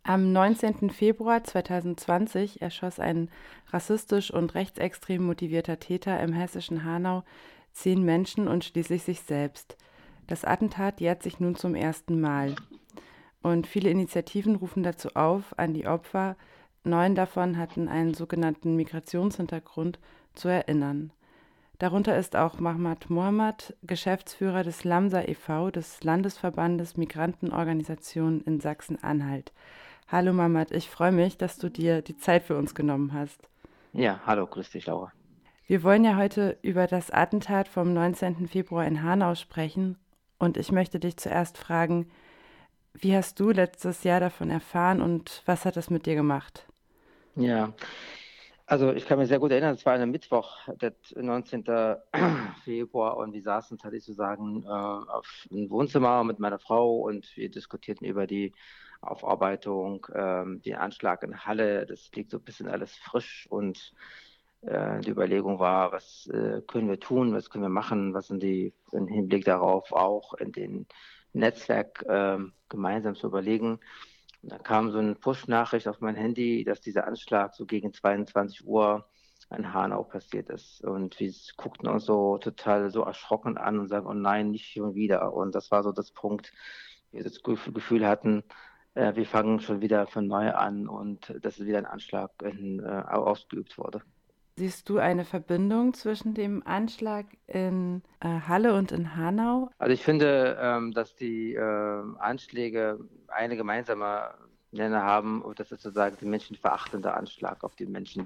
Am 19. Februar 2020 erschoss ein rassistisch und rechtsextrem motivierter Täter im hessischen Hanau 10 Menschen und schließlich sich selbst. Das Attentat jährt sich nun zum ersten Mal. Und viele Initiativen rufen dazu auf, an die Opfer, 9 davon hatten einen sogenannten Migrationshintergrund, zu erinnern. Darunter ist auch Mahmad Mohamad, Geschäftsführer des LAMSA e.V., des Landesverbandes Migrantenorganisationen in Sachsen-Anhalt. Hallo Mahmad, ich freue mich, dass du dir die Zeit für uns genommen hast. Ja, hallo, grüß dich, Laura. Wir wollen ja heute über das Attentat vom 19. Februar in Hanau sprechen und ich möchte dich zuerst fragen, wie hast du letztes Jahr davon erfahren und was hat es mit dir gemacht? Ja, also ich kann mich sehr gut erinnern, es war ein Mittwoch, der 19. Februar, und wir saßen tatsächlich sozusagen auf dem Wohnzimmer mit meiner Frau und wir diskutierten über die Aufarbeitung, den Anschlag in Halle. Das liegt so ein bisschen alles frisch und die Überlegung war, was können wir tun, was können wir machen, was sind die im Hinblick darauf auch in den Netzwerk gemeinsam zu überlegen. Und da kam so eine Push-Nachricht auf mein Handy, dass dieser Anschlag so gegen 22 Uhr in Hanau passiert ist. Und wir guckten uns so total so erschrocken an und sagen, oh nein, nicht schon wieder. Und das war so das Punkt, wir das Gefühl hatten, wir fangen schon wieder von neu an und dass wieder ein Anschlag ausgeübt wurde. Siehst du eine Verbindung zwischen dem Anschlag in Halle und in Hanau? Also ich finde, dass die Anschläge eine gemeinsame Nenner haben, und das ist sozusagen der menschenverachtende Anschlag auf die Menschen,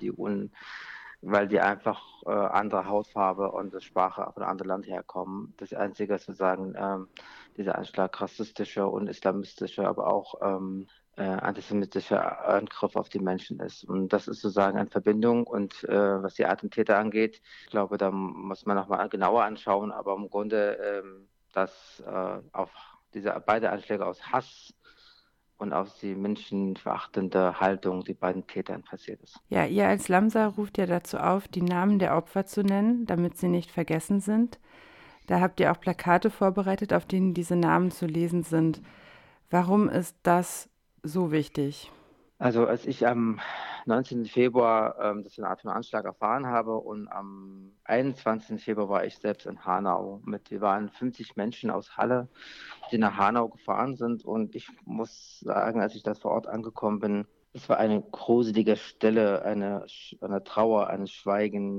weil die einfach andere Hautfarbe und Sprache von einem anderen Land herkommen. Das Einzige ist sozusagen dieser Anschlag rassistischer und islamistischer, aber auch antisemitischer Angriff auf die Menschen ist. Und das ist sozusagen eine Verbindung. Und was die Attentäter angeht, ich glaube, da muss man nochmal genauer anschauen, aber im Grunde, dass auf diese beide Anschläge aus Hass und aus die menschenverachtende Haltung die beiden Tätern passiert ist. Ja, ihr als Lamsa ruft ja dazu auf, die Namen der Opfer zu nennen, damit sie nicht vergessen sind. Da habt ihr auch Plakate vorbereitet, auf denen diese Namen zu lesen sind. Warum ist das so wichtig? Also als ich am 19. Februar das eine Art von Anschlag erfahren habe, und am 21. Februar war ich selbst in Hanau. Wir waren 50 Menschen aus Halle, die nach Hanau gefahren sind, und ich muss sagen, als ich da vor Ort angekommen bin, es war eine gruselige Stille, eine Trauer, ein Schweigen.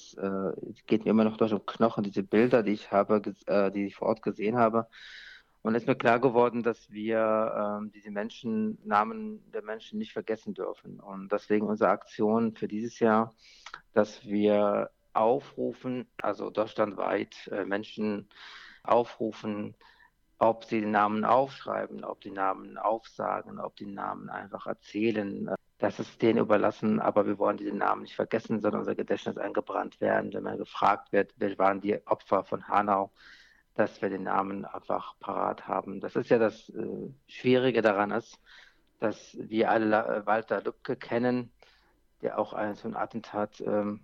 Geht mir immer noch durch den Knochen, diese Bilder, die ich vor Ort gesehen habe. Und es ist mir klar geworden, dass wir diese Namen der Menschen nicht vergessen dürfen. Und deswegen unsere Aktion für dieses Jahr, dass wir aufrufen, also deutschlandweit Menschen aufrufen, ob sie den Namen aufschreiben, ob die Namen aufsagen, ob die Namen einfach erzählen. Das ist denen überlassen, aber wir wollen diese Namen nicht vergessen, sondern unser Gedächtnis eingebrannt werden, wenn man gefragt wird, wer waren die Opfer von Hanau, dass wir den Namen einfach parat haben. Das ist ja das Schwierige daran ist, dass wir alle Walter Lübcke kennen, der auch so ein Attentat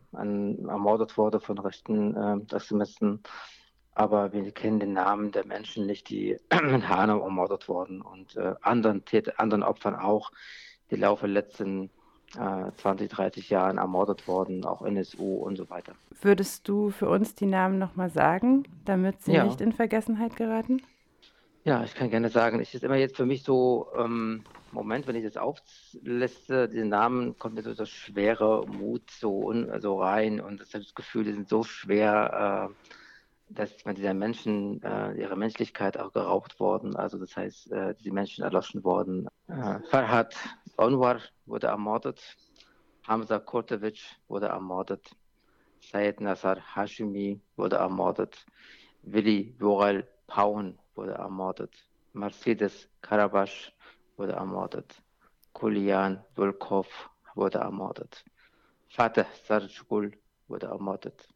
ermordet wurde von rechten Extremisten. Aber wir kennen den Namen der Menschen nicht, die in Hanau ermordet wurden, und anderen Opfern auch, die laufe letzten 20, 30 Jahren ermordet wurden, auch NSU und so weiter. Würdest du für uns die Namen nochmal sagen, damit sie nicht Ja, in Vergessenheit geraten? ja, ich kann gerne sagen, es ist immer jetzt für mich so, Moment, wenn ich das aufliste, diese Namen, kommt mir so das schwere Mut so rein, und das Gefühl, die sind so schwer, dass man dieser Menschen, ihre Menschlichkeit auch geraubt worden. Also das heißt, diese Menschen erloschen worden. Farhad Onwar wurde ermordet, Hamza Kurtovic wurde ermordet, Syed Nasser Hashimi wurde ermordet, Willi Worel Paun wurde ermordet, Mercedes Karabasch wurde ermordet, Kulian Volkov wurde ermordet, Fateh Sarjgul wurde ermordet,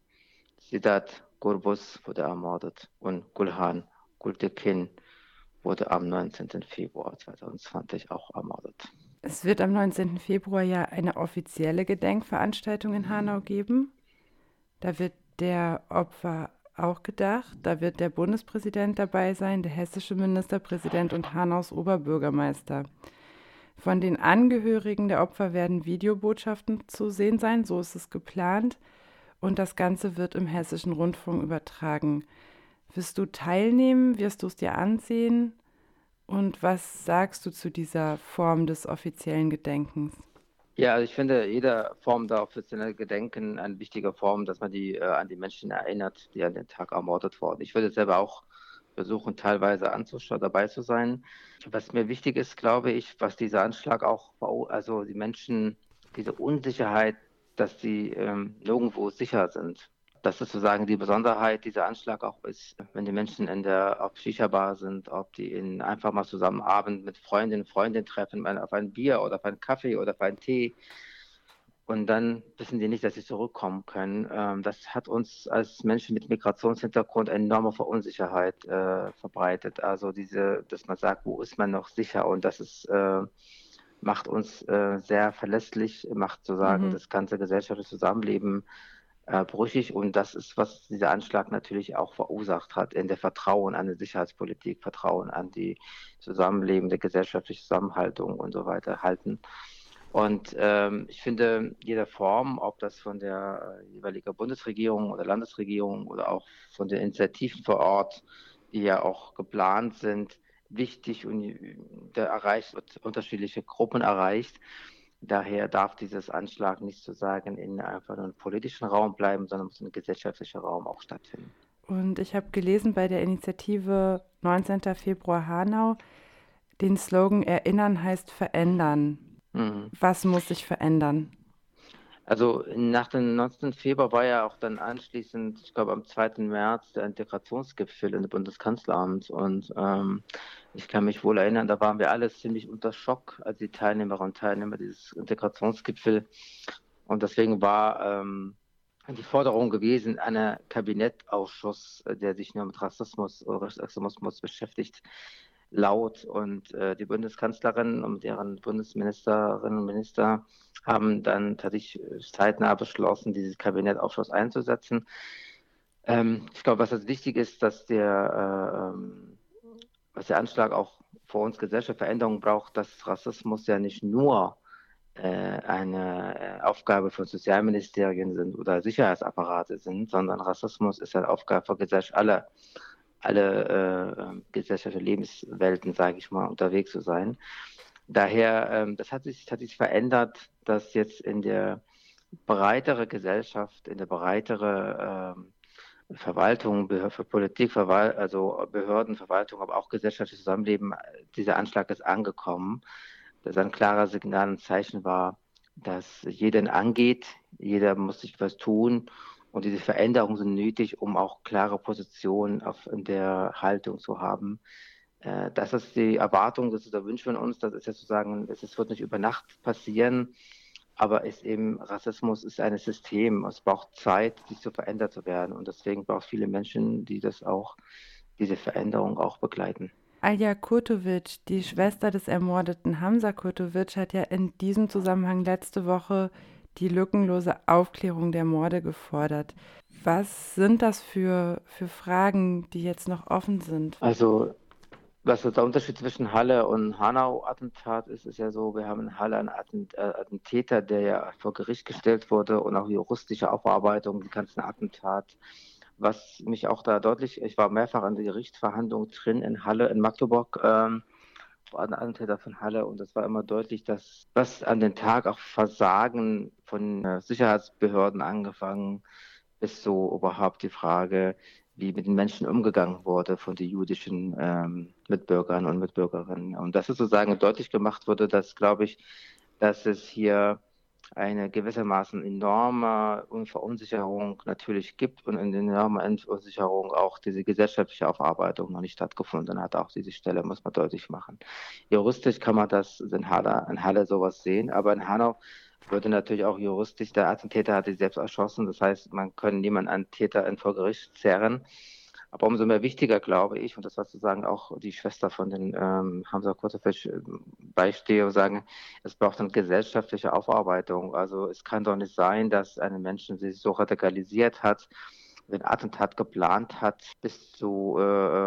Sidat Gurbus wurde ermordet und Gulhan Gultekin wurde am 19. Februar 2020 auch ermordet. Es wird am 19. Februar ja eine offizielle Gedenkveranstaltung in Hanau geben. Da wird der Opfer auch gedacht. Da wird der Bundespräsident dabei sein, der hessische Ministerpräsident und Hanaus Oberbürgermeister. Von den Angehörigen der Opfer werden Videobotschaften zu sehen sein, so ist es geplant. Und das Ganze wird im Hessischen Rundfunk übertragen. Wirst du teilnehmen? Wirst du es dir ansehen? Und was sagst du zu dieser Form des offiziellen Gedenkens? Ja, also ich finde, jede Form der offiziellen Gedenken eine wichtige Form, dass man an die Menschen erinnert, die an den Tag ermordet wurden. Ich würde selber auch versuchen, teilweise anzuschauen, dabei zu sein. Was mir wichtig ist, glaube ich, was dieser Anschlag auch, also die Menschen, diese Unsicherheit, dass sie nirgendwo sicher sind. Das ist sozusagen die Besonderheit dieser Anschlag auch ist, wenn die Menschen auf Shisha-Bar sind, ob die einfach mal zusammen Abend mit Freundinnen treffen, mal auf ein Bier oder auf einen Kaffee oder auf einen Tee. Und dann wissen die nicht, dass sie zurückkommen können. Das hat uns als Menschen mit Migrationshintergrund enorme Verunsicherheit verbreitet. Also dass man sagt, wo ist man noch sicher? Und macht uns sehr verlässlich, macht sozusagen Mhm. das ganze gesellschaftliche Zusammenleben brüchig. Und das ist, was dieser Anschlag natürlich auch verursacht hat in der Vertrauen an die Sicherheitspolitik, Vertrauen an die zusammenlebende gesellschaftliche Zusammenhaltung und so weiter halten. Und ich finde, jede Form, ob das von der jeweiligen Bundesregierung oder Landesregierung oder auch von den Initiativen vor Ort, die ja auch geplant sind, wichtig und wird unterschiedliche Gruppen erreicht. Daher darf dieses Anschlag nicht sozusagen in einfach nur einem politischen Raum bleiben, sondern muss im gesellschaftlichen Raum auch stattfinden. Und ich habe gelesen bei der Initiative 19. Februar Hanau, den Slogan Erinnern heißt verändern. Mhm. Was muss sich verändern? Also nach dem 19. Februar war ja auch dann anschließend, ich glaube am 2. März, der Integrationsgipfel in der Bundeskanzleramt. Und ich kann mich wohl erinnern, da waren wir alle ziemlich unter Schock, als die Teilnehmerinnen und Teilnehmer dieses Integrationsgipfel. Und deswegen war die Forderung gewesen, einer Kabinettausschuss, der sich nur mit Rassismus oder Rechtsextremismus beschäftigt, laut. Und die Bundeskanzlerin und deren Bundesministerinnen und Minister haben dann tatsächlich zeitnah beschlossen, dieses Kabinettausschuss einzusetzen. Ich glaube, was das wichtig ist, was der Anschlag auch für uns gesellschaftliche Veränderungen braucht, dass Rassismus ja nicht nur eine Aufgabe von Sozialministerien sind oder Sicherheitsapparate sind, sondern Rassismus ist eine Aufgabe für alle gesellschaftlichen Lebenswelten, sage ich mal, unterwegs zu sein. Daher, das hat sich verändert, dass jetzt in der breitere Gesellschaft, in der breitere Verwaltung, für Politik, also Behörden, Verwaltung, aber auch gesellschaftliches Zusammenleben, dieser Anschlag ist angekommen, dass ein klares Signal und Zeichen war, dass jeden angeht, jeder muss sich was tun und diese Veränderungen sind nötig, um auch klare Positionen in der Haltung zu haben. Das ist die Erwartung, das ist der Wunsch von uns, das ist ja sozusagen, es wird nicht über Nacht passieren, aber Rassismus ist ein System. Es braucht Zeit, sich zu verändern zu werden. Und deswegen braucht es viele Menschen, die diese Veränderung auch begleiten. Alja Kurtovic, die Schwester des ermordeten Hamza Kurtovic, hat ja in diesem Zusammenhang letzte Woche die lückenlose Aufklärung der Morde gefordert. Was sind das für Fragen, die jetzt noch offen sind? Also, was der Unterschied zwischen Halle und Hanau-Attentat ist, ist ja so, wir haben in Halle einen Attentäter, der ja vor Gericht gestellt wurde und auch juristische Aufarbeitung, die ganzen Attentat. Was mich auch da deutlich, ich war mehrfach an der Gerichtsverhandlung drin in Halle, in Magdeburg, war ein Attentäter von Halle und es war immer deutlich, dass was an den Tag auch Versagen von Sicherheitsbehörden angefangen bis so überhaupt die Frage, wie mit den Menschen umgegangen wurde von den jüdischen Mitbürgern und Mitbürgerinnen. Und dass es sozusagen deutlich gemacht wurde, dass, glaube ich, dass es hier eine gewissermaßen enorme Verunsicherung natürlich gibt und eine enorme Verunsicherung auch diese gesellschaftliche Aufarbeitung noch nicht stattgefunden hat. Auch diese Stelle muss man deutlich machen. Juristisch kann man das in Halle sowas sehen, aber in Hanau würde natürlich auch juristisch, der Attentäter hat sich selbst erschossen, das heißt, man kann niemanden einen Täter vor Gericht zerren. Aber umso mehr wichtiger, glaube ich, und das war sozusagen auch die Schwester von den Hamza Kurtovic beistehe und sagen, es braucht eine gesellschaftliche Aufarbeitung. Also es kann doch nicht sein, dass ein Mensch sich so radikalisiert hat, den Attentat geplant hat, bis zu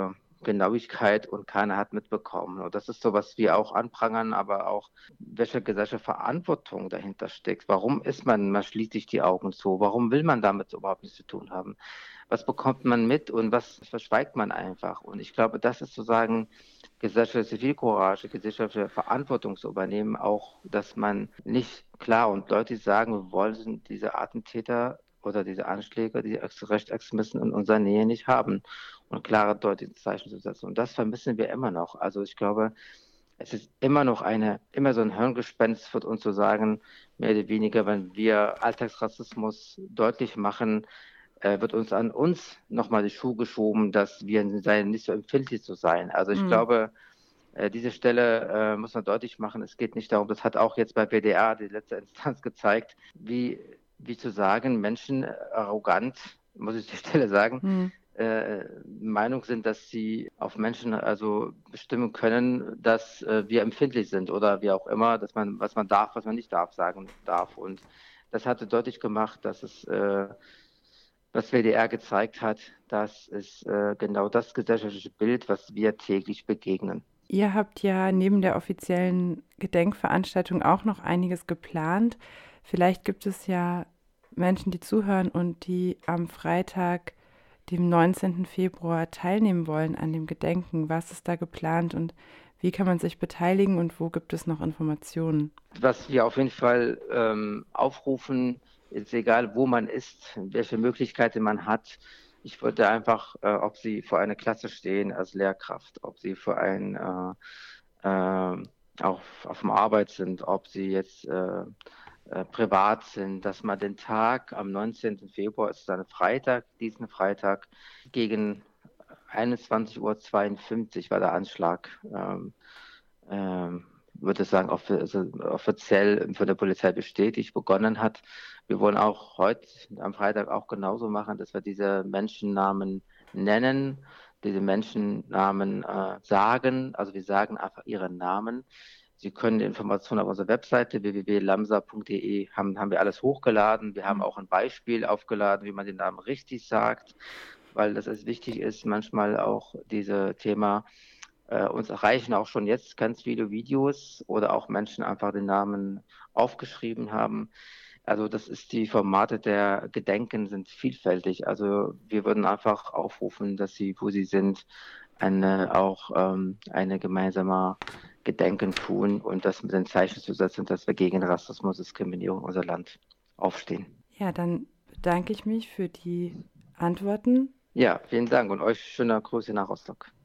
Genauigkeit und keiner hat mitbekommen. Und das ist so, was wir auch anprangern, aber auch, welche gesellschaftliche Verantwortung dahinter steckt. Warum man schließt sich die Augen zu? Warum will man damit überhaupt nichts zu tun haben? Was bekommt man mit und was verschweigt man einfach? Und ich glaube, das ist sozusagen gesellschaftliche Zivilcourage, gesellschaftliche Verantwortung zu übernehmen, auch, dass man nicht klar und deutlich sagen, wir wollen diese Attentäter oder diese Anschläge, die Rechtsextremisten in unserer Nähe nicht haben und klare, deutliche Zeichen zu setzen. Und das vermissen wir immer noch. Also ich glaube, es ist immer noch immer so ein Hirngespinst für uns zu sagen, mehr oder weniger, wenn wir Alltagsrassismus deutlich machen, wird an uns nochmal die Schuhe geschoben, dass wir nicht so empfindlich zu sein. Also ich Mhm. glaube, diese Stelle muss man deutlich machen. Es geht nicht darum, das hat auch jetzt bei BDR die letzte Instanz gezeigt, wie zu sagen, Menschen arrogant, muss ich die Stelle sagen, Mhm. Meinung sind, dass sie auf Menschen also bestimmen können, dass wir empfindlich sind oder wie auch immer, dass man, was man darf, was man nicht darf, sagen darf. Und das hatte deutlich gemacht, dass was WDR gezeigt hat, das ist genau das gesellschaftliche Bild, was wir täglich begegnen. Ihr habt ja neben der offiziellen Gedenkveranstaltung auch noch einiges geplant. Vielleicht gibt es ja Menschen, die zuhören und die am Freitag, dem 19. Februar, teilnehmen wollen an dem Gedenken. Was ist da geplant und wie kann man sich beteiligen und wo gibt es noch Informationen? Was wir auf jeden Fall aufrufen, ist egal, wo man ist, welche Möglichkeiten man hat. Ich würde einfach, ob Sie vor einer Klasse stehen als Lehrkraft, ob Sie vor auch auf dem Arbeit sind, ob Sie jetzt privat sind, dass man den Tag am 19. Februar, es ist ein Freitag, diesen Freitag gegen 21:52 Uhr war der Anschlag. Würde sagen, also offiziell von der Polizei bestätigt, begonnen hat. Wir wollen auch heute am Freitag auch genauso machen, dass wir diese Menschennamen nennen, diese Menschennamen sagen. Also wir sagen einfach ihre Namen. Sie können die Informationen auf unserer Webseite www.lamsa.de haben wir alles hochgeladen. Wir haben auch ein Beispiel aufgeladen, wie man den Namen richtig sagt, weil das ist wichtig ist, manchmal auch diese Thema uns erreichen auch schon jetzt ganz viele Videos oder auch Menschen einfach den Namen aufgeschrieben haben. Also das ist die Formate der Gedenken sind vielfältig. Also wir würden einfach aufrufen, dass sie, wo sie sind, eine gemeinsame Gedenken tun und das mit den Zeichen zu setzen, dass wir gegen Rassismus, Diskriminierung in unser Land aufstehen. Ja, dann bedanke ich mich für die Antworten. Ja, vielen Dank und euch schöne Grüße nach Rostock.